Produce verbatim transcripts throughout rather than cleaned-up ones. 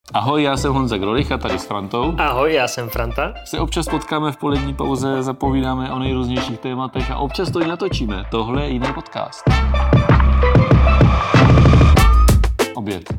Ahoj, já jsem Honza Grolich a tady s Frantou. Ahoj, já jsem Franta. Se občas potkáme v polední pauze, zapovídáme o nejrůznějších tématech a občas to i natočíme. Tohle je jiný podcast. Oběd.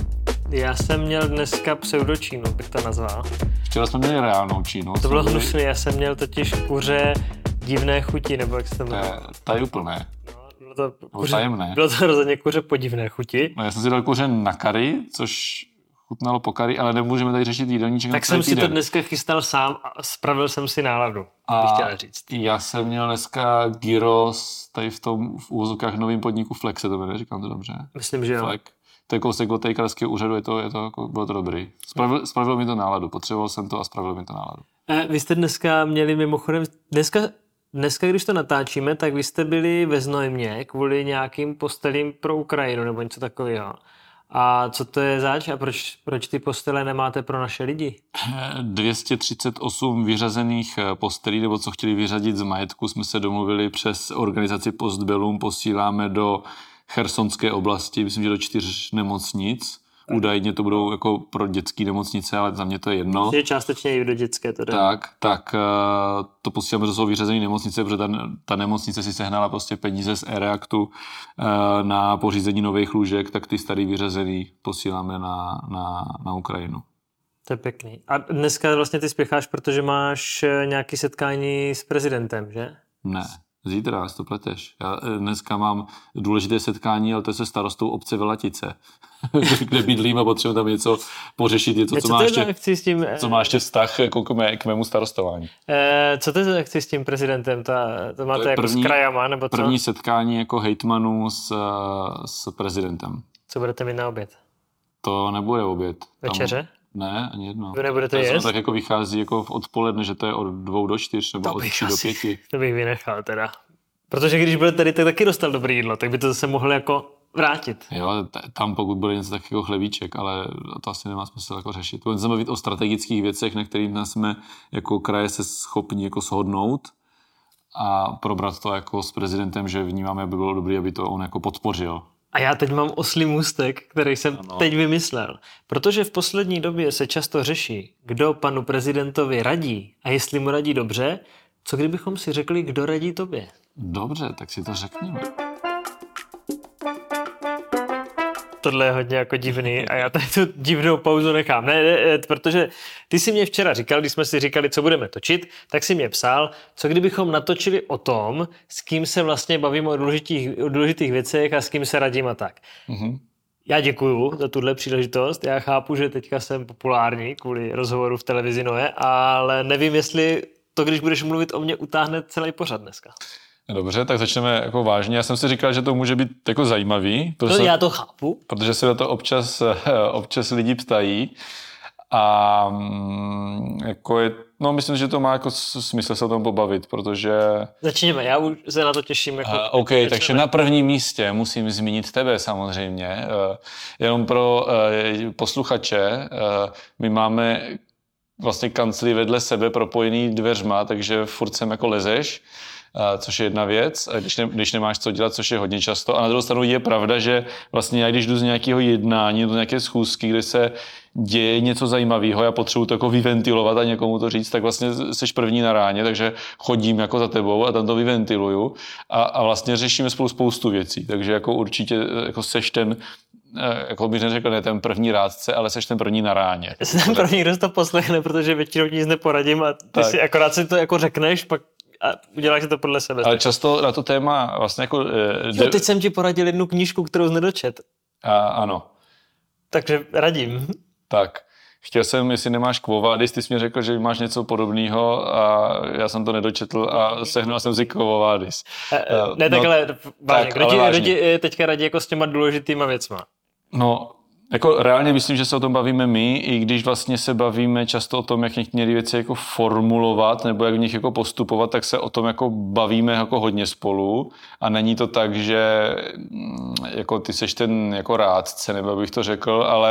Já jsem měl dneska pseudočínu, bych to nazval. Včera jsme měli reálnou čínu. To bylo hnusný, já jsem měl totiž kuře divné chuti, nebo jak se to jmenuje. Tajuplné. No, bylo to kuře, tajemné. Bylo to rozhodně kuře podivné chuti. No, já jsem si dal kuře na kary, což chutnalo po kary, ale nemůžeme tady řešit jídelníček. Tak jsem si to dneska chystal sám a spravil jsem si náladu, a bych chtěla říct. Já jsem měl dneska gyros tady v tom v úvozovkách novým podniku Flex, se to jmenuje, říkám to dobře? Myslím, že jo. Flex. To je kousek od krajského úřadu, je to, je to, bylo to dobrý. Spravil, spravilo mi to náladu, potřeboval jsem to a spravilo mi to náladu. E, vy jste dneska měli mimochodem, dneska, dneska, když to natáčíme, tak vy jste byli ve Znojmě kvůli nějakým postelím pro Ukrajinu nebo něco takového. A co to je zač a proč, proč ty postele nemáte pro naše lidi? dvě stě třicet osm vyřazených postelí, nebo co chtěli vyřadit z majetku, jsme se domluvili přes organizaci Postbellum, posíláme do Chersonské oblasti, myslím, že do čtyř nemocnic. Údajně to budou jako pro dětské nemocnice, ale za mě to je jedno. Je částečně i do dětské to jde. Tak, tak to posíláme do svou vyřazené nemocnice, protože ta, ta nemocnice si sehnala prostě peníze z E-Reactu na pořízení nových lůžek, tak ty starý vyřazený posíláme na, na, na Ukrajinu. To je pěkný. A dneska vlastně ty spěcháš, protože máš nějaké setkání s prezidentem, že? Ne. Zítra, to pleteš. Já dneska mám důležité setkání, ale to je se starostou obce Velatice, kde bydlím a potřebuji tam něco pořešit, něco, co, co, má ještě, s tím, co má ještě vztah jako k, mé, k mému starostování. E, co to je za akci s tím prezidentem? Ta, to máte to jako první, s krajama, nebo co? První setkání jako hejtmanů s, s prezidentem. Co budete mít na oběd? To nebude oběd. Večeře? Tam, ne, ani jedno. Vy nebudete jíst? Tak jako vychází jako v odpoledne, že to je od dvou do čtyř, nebo to od tři do pěti. To bych vynechal teda. Protože když bude tady, tak taky dostal dobré jídlo, tak by to zase mohli jako vrátit. Jo, tam pokud bude něco tak jako chlebíček, ale to asi nemá smysl jako řešit. Budeme se bavit o strategických věcech, na kterých jsme jako kraje se schopni jako shodnout a probrat to jako s prezidentem, že vnímáme, aby bylo dobré, aby to on jako podpořil. A já teď mám oslý můstek, který jsem ano. teď vymyslel. Protože v poslední době se často řeší, kdo panu prezidentovi radí a jestli mu radí dobře, co kdybychom si řekli, kdo radí tobě? Dobře, tak si to řekněme. Tohle je hodně jako divný a já tady tu divnou pauzu nechám. Ne, ne, protože ty si mě včera říkal, když jsme si říkali, co budeme točit, tak si mě psal, co kdybychom natočili o tom, s kým se vlastně bavíme o důležitých, o důležitých věcech a s kým se radím a tak. Mm-hmm. Já děkuju za tuhle příležitost. Já chápu, že teďka jsem populární kvůli rozhovoru v televizi Noe, ale nevím, jestli to, když budeš mluvit o mně, utáhne celý pořad dneska. Dobře, tak začneme jako vážně. Já jsem si říkal, že to může být jako zajímavý. To já to chápu. Protože se na to občas, občas lidi ptají. A jako je, no myslím, že to má jako smysl se o tom pobavit, protože... Začněme, já už se na to těším. Jako... Uh, OK, začneme. Takže na prvním místě musím zmínit tebe samozřejmě. Uh, jenom pro uh, posluchače, uh, my máme vlastně kancly vedle sebe propojený dveřma, takže furt sem jako lezeš. Uh, což je jedna věc, když, ne, když nemáš co dělat, což je hodně často. A na druhou stranu je pravda, že vlastně já když jdu z nějakého jednání, do nějaké schůzky, kde se děje něco zajímavého, já potřebuji to jako vyventilovat a někomu to říct, tak vlastně seš první na ráně, takže chodím jako za tebou a tam to vyventiluju a, a vlastně řešíme spolu spoustu věcí. Takže jako určitě jako seš ten, jako bych neřekl, ne ten první rádce, ale seš ten první na ráně. Jsi ten první, kdo to poslechne, protože většinou nic neporadím a ty tak. si akorát si to jako řekneš, pak a uděláš to podle sebe. Ale často na to téma vlastně jako... Jo, teď jsem ti poradil jednu knížku, kterou jsi nedočet. A, ano. Takže radím. Tak. Chtěl jsem, jestli nemáš Quo Vadis, ty jsi mi řekl, že máš něco podobného a já jsem to nedočetl a sehnal jsem si Quo Vadis. Uh, ne, tak no, ale vážně. Kdo ti, kdo ti teďka radí jako s těma důležitýma věcma? No, jako reálně myslím, že se o tom bavíme my, i když vlastně se bavíme často o tom, jak některé věci jako formulovat nebo jak v nich jako postupovat, tak se o tom jako bavíme jako hodně spolu a není to tak, že jako ty seš ten jako rádce, nebo bych to řekl, ale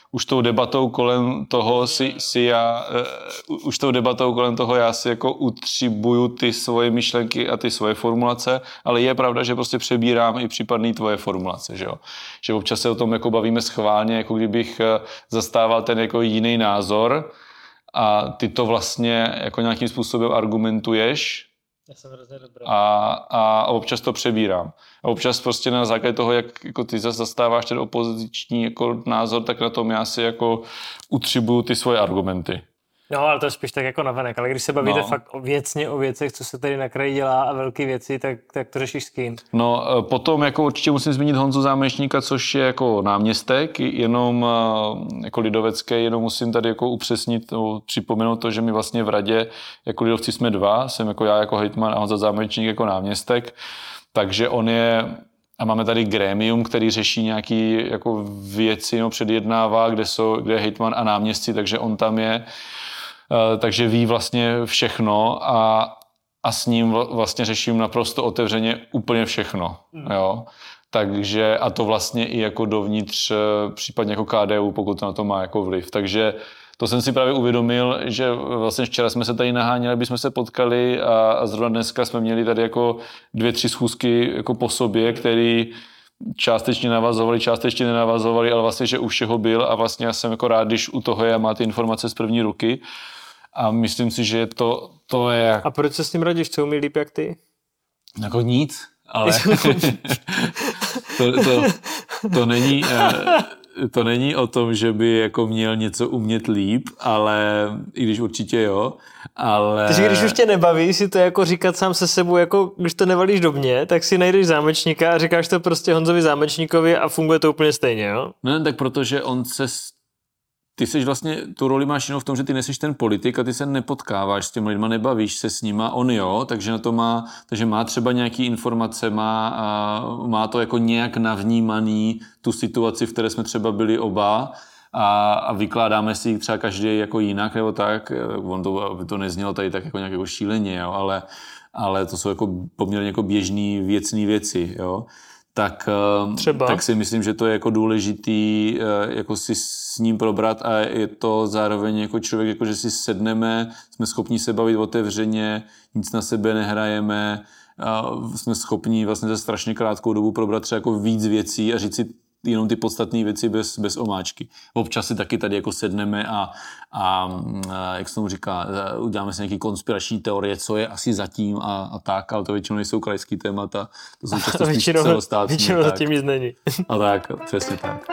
už tou debatou kolem toho si, si já, uh, už tou debatou kolem toho já si jako utřibuju ty svoje myšlenky a ty svoje formulace, ale je pravda, že prostě přebírám i případný tvoje formulace, že jo. Že občas se o tom jako bavíme schválně, jako kdybych zastával ten jako jiný názor a ty to vlastně jako nějakým způsobem argumentuješ. Já jsem hrozně dobrý. A, a občas to přebírám. A občas prostě na základě toho, jak jako ty zase zastáváš ten opoziční jako názor, tak na tom já si jako utřibuju ty svoje argumenty. No, ale to je spíš tak jako navenek. Ale když se bavíte no. fakt věcně o věcech, co se tady na kraji dělá a velké věci, tak, tak to řešíš s kým? No, potom jako určitě musím zmínit Honzu Zámečníka, což je jako náměstek, jenom jako lidovecký, jenom musím tady jako upřesnit, no, připomenout to, že my vlastně v radě jako lidovci jsme dva, jsem jako já jako hejtman a Honza Zámečník jako náměstek, takže on je. A máme tady grémium, který řeší nějaké jako věci, no, předjednává, kde jsou, kde je hejtman a náměstci, takže on tam je. Uh, takže ví vlastně všechno a, a s ním vlastně řeším naprosto otevřeně úplně všechno. Mm. Jo? Takže a to vlastně i jako dovnitř, případně jako K D U, pokud na to má jako vliv. Takže to jsem si právě uvědomil, že vlastně včera jsme se tady naháněli, aby jsme se potkali a, a zrovna dneska jsme měli tady jako dvě, tři schůzky jako po sobě, které částečně navazovali, částečně nenavazovali, ale vlastně, že u všeho byl a vlastně já jsem jako rád, když u toho je a má ty informace z první ruky. A myslím si, že to, to je... A proč se s ním radíš? Co umí líp jak ty? Jako nic, ale to, to, to není... To není o tom, že by jako měl něco umět líp, ale i když určitě jo, ale... Takže když už tě nebaví si to jako říkat sám se sebou, jako když to nevalíš do mě, tak si najdeš Zámečníka a říkáš to prostě Honzovi Zámečníkovi a funguje to úplně stejně, jo? No, tak protože on se... Ty seš vlastně, tu roli máš jenom v tom, že ty neseš ten politik a ty se nepotkáváš s těmi lidma, nebavíš se s nima, on jo, takže na to má, takže má třeba nějaký informace, má, a má to jako nějak navnímaný tu situaci, v které jsme třeba byli oba a, a vykládáme si ji třeba každý jako jinak nebo tak, on to, aby to neznělo tady tak jako nějak jako šíleně, jo, ale, ale to jsou jako poměrně jako běžný věcný věci, jo. Tak, tak si myslím, že to je jako důležitý jako si s ním probrat a je to zároveň jako člověk, jako že si sedneme, jsme schopni se bavit otevřeně, nic na sebe nehrajeme, jsme schopni vlastně za strašně krátkou dobu probrat třeba jako víc věcí a říct si jenom ty podstatné věci bez, bez omáčky. Občas si taky tady jako sedneme a, a, a jak se tomu říká, uděláme si nějaký konspirační teorie, co je asi zatím a, a tak, ale to většinou nejsou krajský témata, to jsou často spíš celostátní. Většinou zatím nic není. A tak, přesně tak.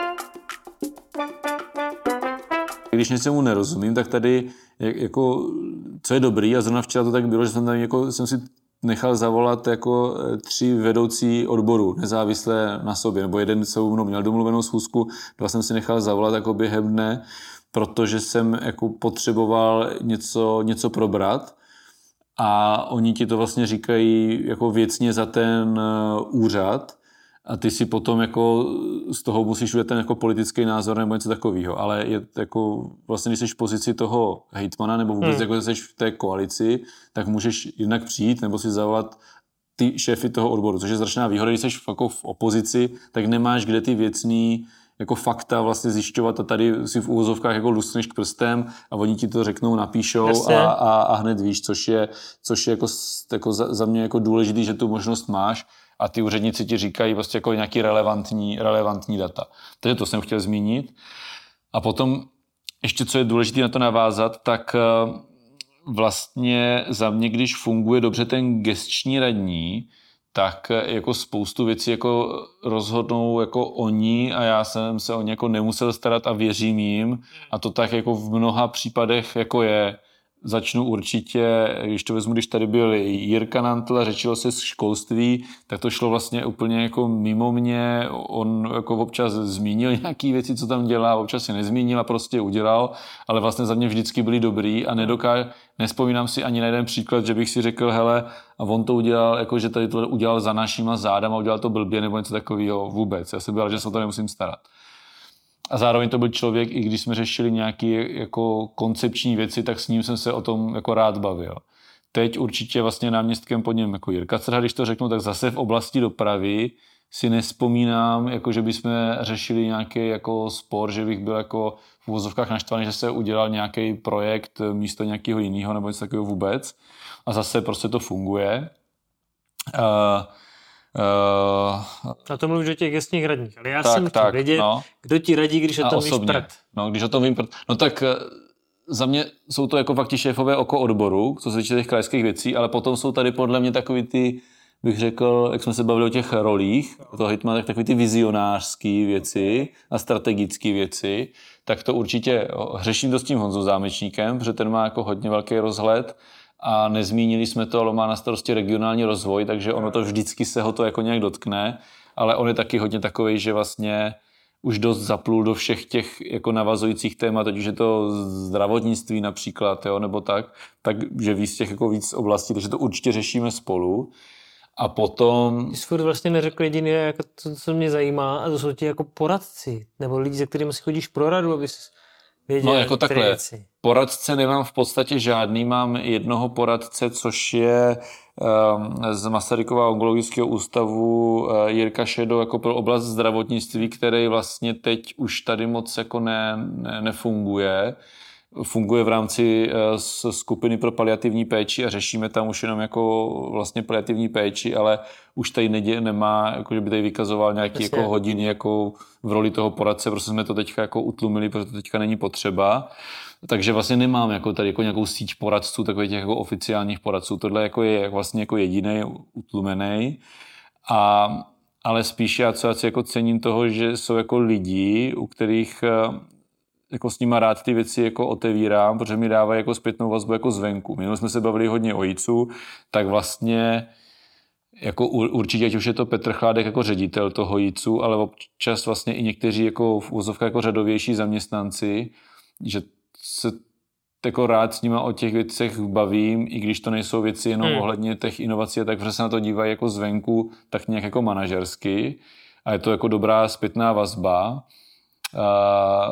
Když něčemu nerozumím, tak tady jako, co je dobrý, a zrovna včera to tak bylo, že jsem, tady jako, jsem si nechal zavolat jako tři vedoucí odboru, nezávisle na sobě, nebo jeden se mnou měl domluvenou schůzku, dva jsem si nechal zavolat jako během dne, protože jsem jako potřeboval něco, něco probrat a oni ti to vlastně říkají jako věcně za ten úřad a ty si potom jako z toho musíš udělat ten jako politický názor nebo něco takového, ale je jako vlastně, když jsi v pozici toho hejtmana nebo vůbec hmm. jako jsi v té koalici, tak můžeš jednak přijít nebo si zavolat ty šéfy toho odboru, což je strašná výhoda, když jsi jako v opozici, tak nemáš kde ty věcný jako fakta vlastně zjišťovat a tady si v úvozovkách jako lusneš k prstem a oni ti to řeknou, napíšou a, a, a hned víš, což je, což je jako, jako za, za mě jako důležitý, že tu možnost máš a ty úředníci ti říkají prostě jako nějaký relevantní, relevantní data. Takže to jsem chtěl zmínit. A potom ještě, co je důležité na to navázat, tak vlastně za mě, když funguje dobře ten gesční radní, tak jako spoustu věcí jako rozhodnou jako oni a já jsem se o ně jako nemusel starat a věřím jim a to tak jako v mnoha případech jako je. Začnu určitě, když to vezmu, když tady byl Jirka Nantl a řečilo se z školství, tak to šlo vlastně úplně jako mimo mě. On jako občas zmínil nějaký věci, co tam dělá, občas se nezmínil a prostě udělal, ale vlastně za mě vždycky byli dobrý a nedokáž, nespomínám si ani na jeden příklad, že bych si řekl, hele, a on to udělal, jako že tady to udělal za našima zádama, udělal to blbě nebo něco takového vůbec. Já jsem byl, že se o to nemusím starat. A zároveň to byl člověk, i když jsme řešili nějaké jako koncepční věci, tak s ním jsem se o tom jako rád bavil. Teď určitě vlastně náměstkem pod něm jako Jirka Crha, když to řeknu, tak zase v oblasti dopravy si nespomínám, jako že bychom řešili nějaký jako spor, že bych byl jako v uvozovkách naštvaný, že se udělal nějaký projekt místo nějakého jiného nebo něco takového vůbec. A zase prostě to funguje. Uh, uh, a to mluvíš o těch gestních radních, ale já tak, jsem chtěl vědět, no. Kdo ti radí, když o tom víš prd. No, když o tom vím prd. No tak za mě jsou to jako fakt ti šéfové oko odboru, co se týče těch krajských věcí, ale potom jsou tady podle mě takový ty, bych řekl, jak jsme se bavili o těch rolích, toho hitmana, tak takový ty vizionářský věci a strategické věci, tak to určitě řeším to s tím Honzou Zámečníkem, protože ten má jako hodně velký rozhled a nezmínili jsme to, ale má na starosti regionální rozvoj, takže ono to vždycky se ho to jako nějak dotkne, ale on je taky hodně takovej, že vlastně už dost zaplul do všech těch jako navazujících témat, ať už je to zdravotnictví například, jo, nebo tak, takže víc těch jako víc oblastí, takže to určitě řešíme spolu. A potom... Ty jsi furt vlastně neřekl jediný, jako to, co mě zajímá, a to jsou ti jako poradci, nebo lidi, se kterými si chodíš pro radu, abys věděl, no jako takhle, věci. Poradce nemám v podstatě žádný, mám jednoho poradce, což je um, z Masarykova onkologického ústavu uh, Jirka Šedo jako pro oblast zdravotnictví, který vlastně teď už tady moc jako ne, ne, nefunguje. Funguje v rámci uh, skupiny pro paliativní péči a řešíme tam už jenom jako vlastně paliativní péči, ale už tady nedě, nemá, jako, že by tady vykazoval nějaký jako hodiny jako v roli toho poradce, protože jsme to teďka jako utlumili, protože to teďka není potřeba. Takže vlastně nemám jako tady jako nějakou síť poradců, takových těch jako oficiálních poradců. Tohle jako je vlastně jako jediný utlumený. A, ale spíš já co jako cením toho, že jsou jako lidi, u kterých jako s nima rád ty věci jako otevírám, protože mi dávají jako zpětnou vazbu jako zvenku. Minule jsme se bavili hodně o jícu, tak vlastně jako určitě, ať už je to Petr Chládek jako ředitel toho jícu, ale občas vlastně i někteří jako v úvozovkách jako řadovější zaměstnanci, že se jako rád s nima o těch věcech bavím, i když to nejsou věci jenom hmm. ohledně těch inovací, tak protože se na to dívají jako zvenku, tak nějak jako manažersky a je to jako dobrá zpětná vazba. A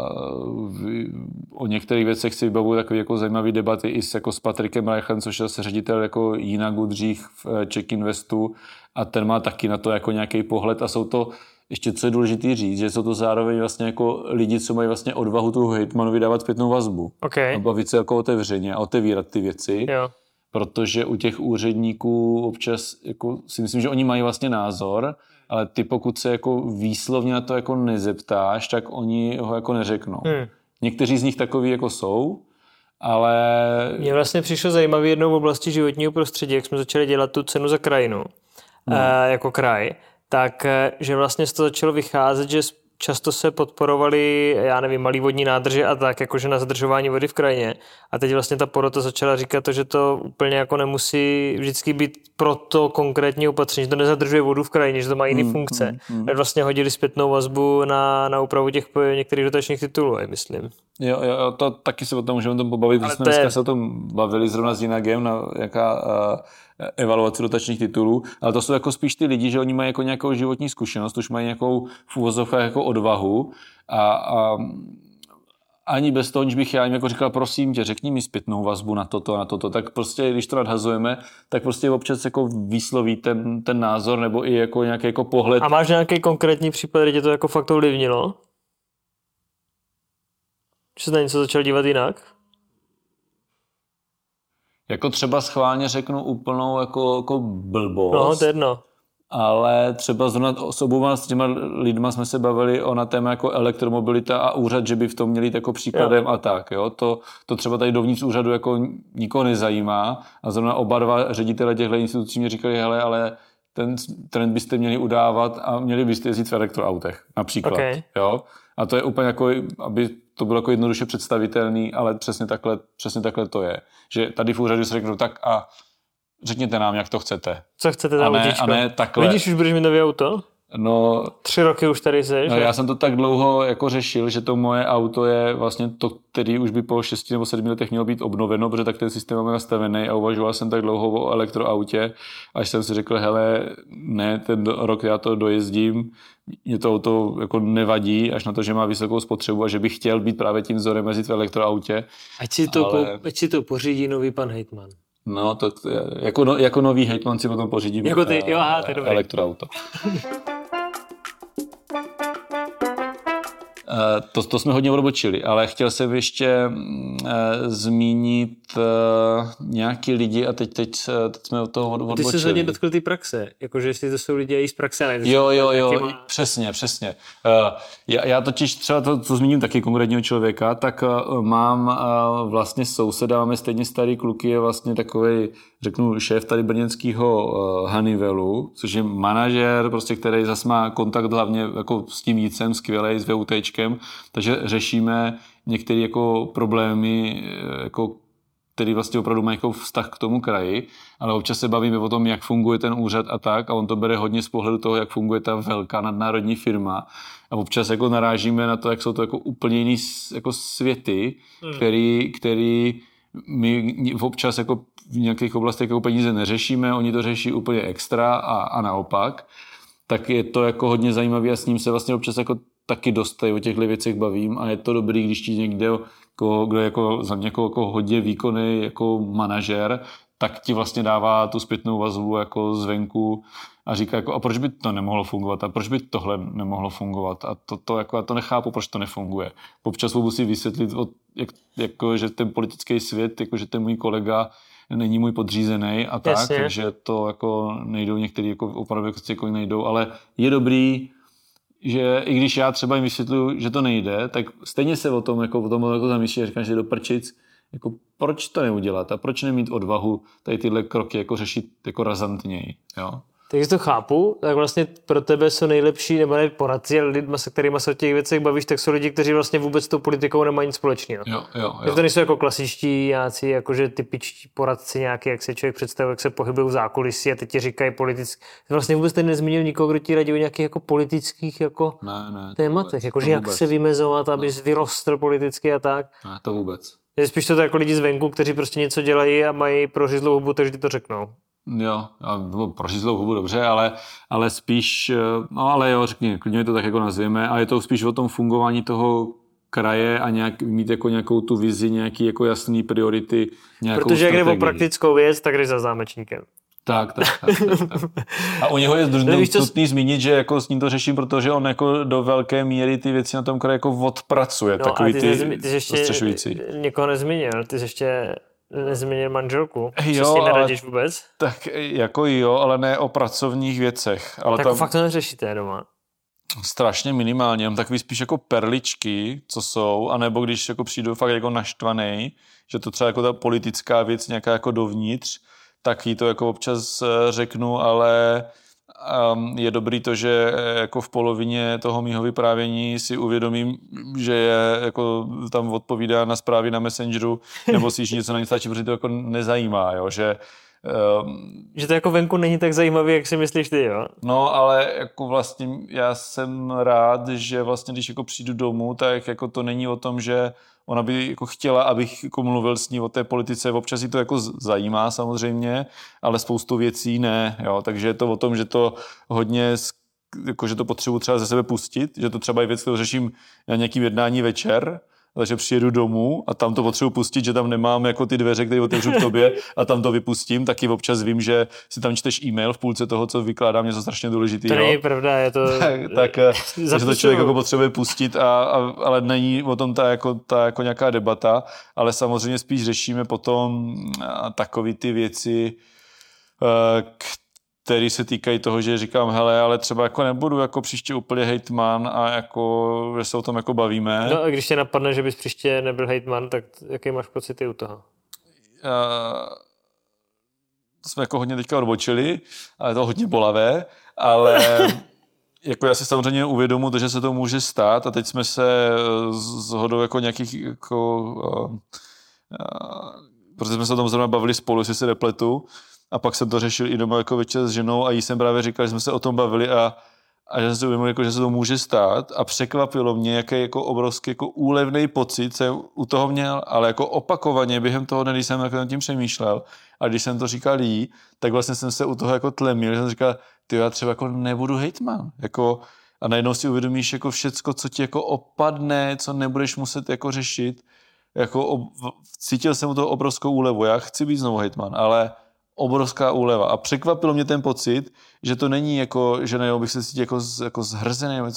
o některých věcech si vybavuju takové jako zajímavé debaty i s, jako s Patrikem Reichem, což je zase ředitel jako Jinagu dřív v Czech Investu a ten má taky na to jako nějaký pohled a jsou to ještě co je důležité říct, že jsou to zároveň vlastně jako lidi, co mají vlastně odvahu tu hejtmanovi dávat zpětnou vazbu. Okay. A bavit se jako otevřeně a otevírat ty věci. Jo. Protože u těch úředníků občas jako si myslím, že oni mají vlastně názor, ale ty pokud se jako výslovně na to jako nezeptáš, tak oni ho jako neřeknou. Hmm. Někteří z nich takový jako jsou, ale... Mně vlastně přišlo zajímavý jednou v oblasti životního prostředí, jak jsme začali dělat tu cenu za krajinu, no. e, jako kraj, tak že vlastně z toho začalo vycházet, že často se podporovaly, já nevím, malý vodní nádrže a tak, jakože na zadržování vody v krajině. A teď vlastně ta porota začala říkat to, že to úplně jako nemusí vždycky být pro to konkrétní opatření, že to nezadržuje vodu v krajině, že to má jiný mm, funkce. Mm, mm. Vlastně hodili zpětnou vazbu na, na úpravu těch některých dotačních titulů, myslím. Jo, jo, to taky se o tom můžeme tom pobavit, protože jsme dneska je... se o tom bavili zrovna s Jinagem na jaká uh, evaluaci dotačních titulů, ale to jsou jako spíš ty lidi, že oni mají jako nějakou životní zkušenost, už mají nějakou v uvozovkách jako odvahu a, a ani bez toho, než bych já jim jako říkal, prosím tě, řekni mi zpětnou vazbu na toto, na toto, tak prostě, když to nadhazujeme, tak prostě občas jako výsloví ten, ten názor nebo i jako nějaký jako pohled. A máš nějaký konkrétní případ, kde tě to jako fakt ovlivnilo? Že jsi na něco začal dívat jinak? Jako třeba schválně řeknu úplnou jako, jako blbost. No, to je jedno. Ale třeba zrovna s oboma s těma lidma jsme se bavili o na téma jako elektromobilita a úřad, že by v tom měli jako příkladem jo. A tak. Jo? To, to třeba tady dovnitř úřadu jako nikoho nezajímá a zrovna oba dva ředitele těchto institucí mi říkali, hele, ale ten trend byste měli udávat a měli byste jezdit v elektroautech například. Okay. Jo? A to je úplně jako, aby to bylo jako jednoduše představitelný, ale přesně takhle, přesně takhle to je. Že tady v úřadu se řeknou tak a řekněte nám, jak to chcete. Co chcete za autíčko? A ne takhle. Vidíš, už budeš mít nový auto? No, Tři roky už tady jsi, no, já jsem to tak dlouho jako řešil, že to moje auto je vlastně to, který už by po šesti nebo sedmi letech mělo být obnoveno, protože tak ten systém máme nastavený a uvažoval jsem tak dlouho o elektroautě, až jsem si řekl, hele, ne, ten rok já to dojezdím, mě to auto jako nevadí, až na to, že má vysokou spotřebu a že bych chtěl být právě tím vzorem jezdit v elektroautě. Ať si to, ale... ať si to pořídí nový pan hejtman. No, to, jako, no, jako nový hejtman si potom pořídím jako ty, jo, aha, elektroauto. To, to jsme hodně odbočili, ale chtěl jsem ještě uh, zmínit uh, nějaký lidi a teď, teď, teď jsme od toho odbočili. Ty jsi hodně dotkl té praxe, jakože jestli to jsou lidi i z praxe. Ne? Jo, jo, jo, má... přesně, přesně. Uh, já, já totiž třeba to, co zmíním taky konkrétního člověka, tak uh, mám uh, vlastně souseda, máme stejně starý kluky, je vlastně takovej, řeknu, šéf tady brněnského uh, Honeywellu, což je manažer, prostě, který zase má kontakt hlavně jako s tím jícem, skvělej, s VUTčkem, takže řešíme některé jako problémy, jako, který vlastně opravdu má jako vztah k tomu kraji, ale občas se bavíme o tom, jak funguje ten úřad a tak, a on to bere hodně z pohledu toho, jak funguje ta velká nadnárodní firma. A občas jako narážíme na to, jak jsou to jako úplně jiný jako světy, hmm. který, který my občas jako v nějakých oblastech jako peníze neřešíme, oni to řeší úplně extra a, a naopak. Tak je to jako hodně zajímavý a s ním se vlastně občas jako taky dost o těchto věcech bavím a je to dobrý, když ti někde, jako, kdo je jako za mě jako, jako hodně výkonný jako manažer, tak ti vlastně dává tu zpětnou vazbu jako zvenku a říká jako, a proč by to nemohlo fungovat a proč by tohle nemohlo fungovat a to, to jako, já to nechápu, proč to nefunguje. Občas musí vysvětlit, od, jak, jako, že ten politický svět, jako, že ten můj kolega není můj podřízený a tak, Jasně. takže to jako nejdou, některý jako opravdu jako nejdou, ale je dobrý, že i když já třeba jim vysvětluju, že to nejde, tak stejně se o tom jako, o tom jako zamýšlí a říkám, že do prčic, jako proč to neudělat a proč nemít odvahu tady tyhle kroky jako řešit jako razantněji, jo? Takže to chápu, tak vlastně pro tebe jsou nejlepší, nebo ne poradci, ale lidma, se kterými se o těch věcech bavíš, tak jsou lidi, kteří vlastně vůbec s tou politikou nemají nic společného. Jo, jo, jo. To nejsou jako klasičtí nějací, jakože typičtí poradci nějaký, jak se člověk představuje, jak se pohybují v zákulisí a teď ti říkají politicky. Vlastně vůbec tady nezmínil nikoho, kdo ti radí o nějakých jako politických jako ne, ne, tématech, jakože jak se vymezovat, abys no. vyrostl politicky a tak. Ne, to vůbec. Je spíš to jako lidi zvenku, kteří prostě něco dělají a mají prořízlou hubu, takže ti to řeknou. Jo, prořízlou hubu dobře, ale, ale spíš, no ale jo, řekni, klidně to tak jako nazvěme, a je to spíš o tom fungování toho kraje a nějak, mít jako nějakou tu vizi, nějaký jako jasný priority, nějakou Protože strategii. jak jde o praktickou věc, tak jdeš za zámečníkem. Tak, tak, tak, tak, tak. A u něho je nutný zmínit, že jako s ním to řeším, protože on jako do velké míry ty věci na tom kraji jako odpracuje, no, takový ty, ty, nezmi, ty zastřešující. Někoho nezmínil, ty jsi ještě nezmínil manželku, jo, co s ní neradíš vůbec? Tak jako jo, ale ne o pracovních věcech. Ale tak tam fakt to neřešíte doma? Strašně minimálně, mám takový spíš jako perličky, co jsou, anebo když jako přijdu fakt jako naštvanej, že to třeba jako ta politická věc nějaká jako dovnitř, tak jí to jako občas řeknu, ale um, je dobrý to, že jako v polovině toho mýho vyprávění si uvědomím, že je jako tam odpovídá na zprávy na Messengeru, nebo si již něco na ní stačí, protože to jako nezajímá, jo, že Um, že to jako venku není tak zajímavý, jak si myslíš ty, jo? No, ale jako vlastně já jsem rád, že vlastně když jako přijdu domů, tak jako to není o tom, že ona by jako chtěla, abych jako mluvil s ní o té politice, občas jí to jako zajímá samozřejmě, ale spoustu věcí ne, jo, takže je to o tom, že to hodně, jako že to potřebuji třeba ze sebe pustit, že to třeba je věc, kterou řeším na nějakým jednání večer, takže přijedu domů a tam to potřebuji pustit, že tam nemám jako ty dveře, které otevřu k tobě a tam to vypustím, taky občas vím, že si tam čteš e-mail v půlce toho, co vykládám, něco strašně důležitého. To není pravda, je to... tak, tak že to člověk jako potřebuje pustit, a, a, ale není o tom ta jako, ta jako nějaká debata, ale samozřejmě spíš řešíme potom takový ty věci, který se týkají toho, že říkám, hele, ale třeba jako nebudu jako příště úplně hejtman a jako, že se o tom jako bavíme. No a když tě napadne, že bys příště nebyl hejtman, tak jaký máš pocity u toho? Uh, jsme jako hodně teďka odbočili, ale je to hodně bolavé, ale jako já si samozřejmě uvědomuji to, že se to může stát a teď jsme se shodou jako nějakých jako, uh, uh, protože jsme se o tom zrovna bavili spolu, jestli se nepletu. A pak jsem to řešil i doma jako večer s ženou a jí jsem právě říkal, že jsme se o tom bavili a, a že jsem si uvědomil, jako, že se to může stát a překvapilo mě, jaký jako obrovský jako úlevný pocit jsem u toho měl, ale jako opakovaně během toho dne, když jsem jako nad tím přemýšlel a když jsem to říkal jí, tak vlastně jsem se u toho jako tlemil, že jsem říkal, ty já třeba jako nebudu hejtman, jako a najednou si uvědomíš jako všecko, co ti jako opadne, co nebudeš muset jako řešit, jako ob, cítil jsem u toho obrovskou úlevu, já chci být znovu hejtman, ale obrovská úleva. A překvapilo mě ten pocit, že to není jako, že najednou bych se cítil jako, jako zhrzený nebo něco.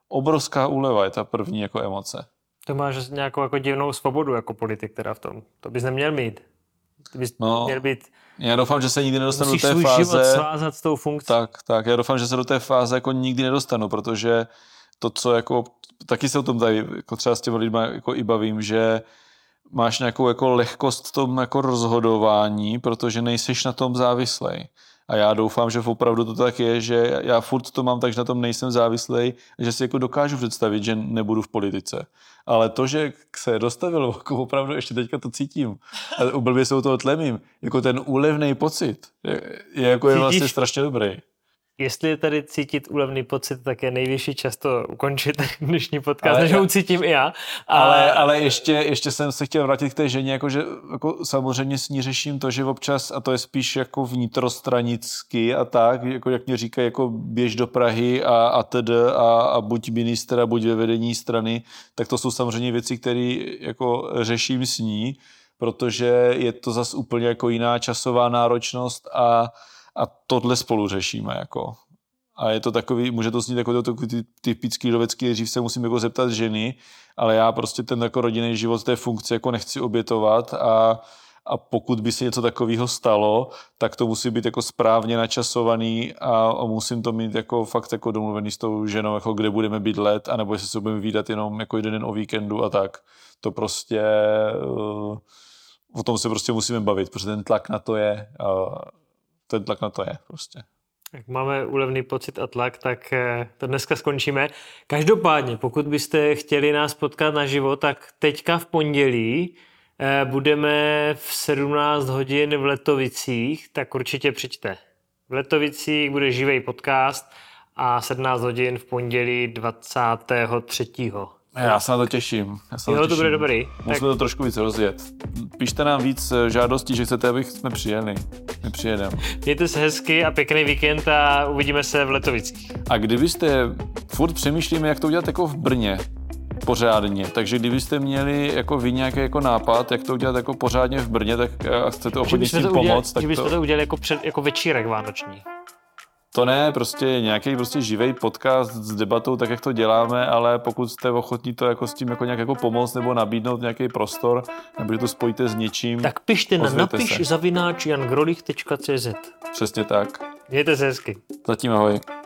obrovská úleva, je ta první jako emoce. To máš nějakou jako divnou svobodu jako politik teda v tom. To bys neměl mít. Ty bys no, měl být... Já doufám, že se nikdy nedostanu do té svůj fáze... život svázat s tou funkcí. Tak, tak. Já doufám, že se do té fáze jako nikdy nedostanu, protože to, co jako... Taky se o tom tady jako třeba s těmi lidmi jako i bavím, že máš nějakou jako lehkost v tom jako rozhodování, protože nejseš na tom závislej. A já doufám, že opravdu to tak je, že já furt to mám tak, že na tom nejsem závislej, že si jako dokážu představit, že nebudu v politice. Ale to, že se dostavilo, jako opravdu ještě teďka to cítím. A blbě se u toho tlemím. Jako ten úlevný pocit je, je, jako je vlastně strašně dobrý. Jestli je tady cítit úlevný pocit, tak je nejvyšší často ukončit dnešní podcast, než ho cítím i já. A... Ale, ale ještě, ještě jsem se chtěl vrátit k té ženě, jako že jako samozřejmě s ní řeším to, že občas, a to je spíš jako vnitrostranicky a tak, jako jak mě říkají, jako běž do Prahy a, a td. A, a buď ministra, buď ve vedení strany, tak to jsou samozřejmě věci, které jako řeším s ní, protože je to zas úplně jako jiná časová náročnost a A tohle spolu řešíme, jako. A je to takový, může to snít jako takový typický lovecký, dřív se musím jako zeptat ženy, ale já prostě ten jako rodinný život té funkce jako nechci obětovat a, a pokud by se něco takového stalo, tak to musí být jako správně načasovaný a, a musím to mít jako fakt jako domluvený s tou ženou, jako kde budeme bydlet, anebo jestli se budeme vídat jenom jako jeden den o víkendu a tak. To prostě, uh, o tom se prostě musíme bavit, protože ten tlak na to je... Uh, ten tlak na to je prostě. Jak máme úlevný pocit a tlak, tak to dneska skončíme. Každopádně, pokud byste chtěli nás potkat naživo, tak teďka v pondělí budeme v sedmnáct hodin v Letovicích, tak určitě přijďte. V Letovicích bude živý podcast a sedmnáct hodin v pondělí dvacátého třetího Já se na to těším. Já se jo, na to to bude dobrý. Musíme tak... to trošku víc rozjet. Píšte nám víc žádostí, že chcete, abych jsme přijeli. My přijedeme. Mějte se hezky a pěkný víkend a uvidíme se v Letovicích. A kdybyste, furt přemýšlíme, jak to udělat jako v Brně, pořádně, takže kdybyste měli jako vy nějaký jako nápad, jak to udělat jako pořádně v Brně, tak a chcete ochotně s tím pomoct, udělali, tak že byste to... to udělali jako, před, jako večírek vánoční. To ne, prostě nějaký prostě živej podcast s debatou, tak jak to děláme, ale pokud jste ochotní to jako s tím jako nějak jako pomoct nebo nabídnout nějaký prostor, nebo že to spojíte s něčím. Tak pište na napiš zavináč jan grolich tečka cé zet. Přesně tak. Mějte se hezky. Zatím ahoj.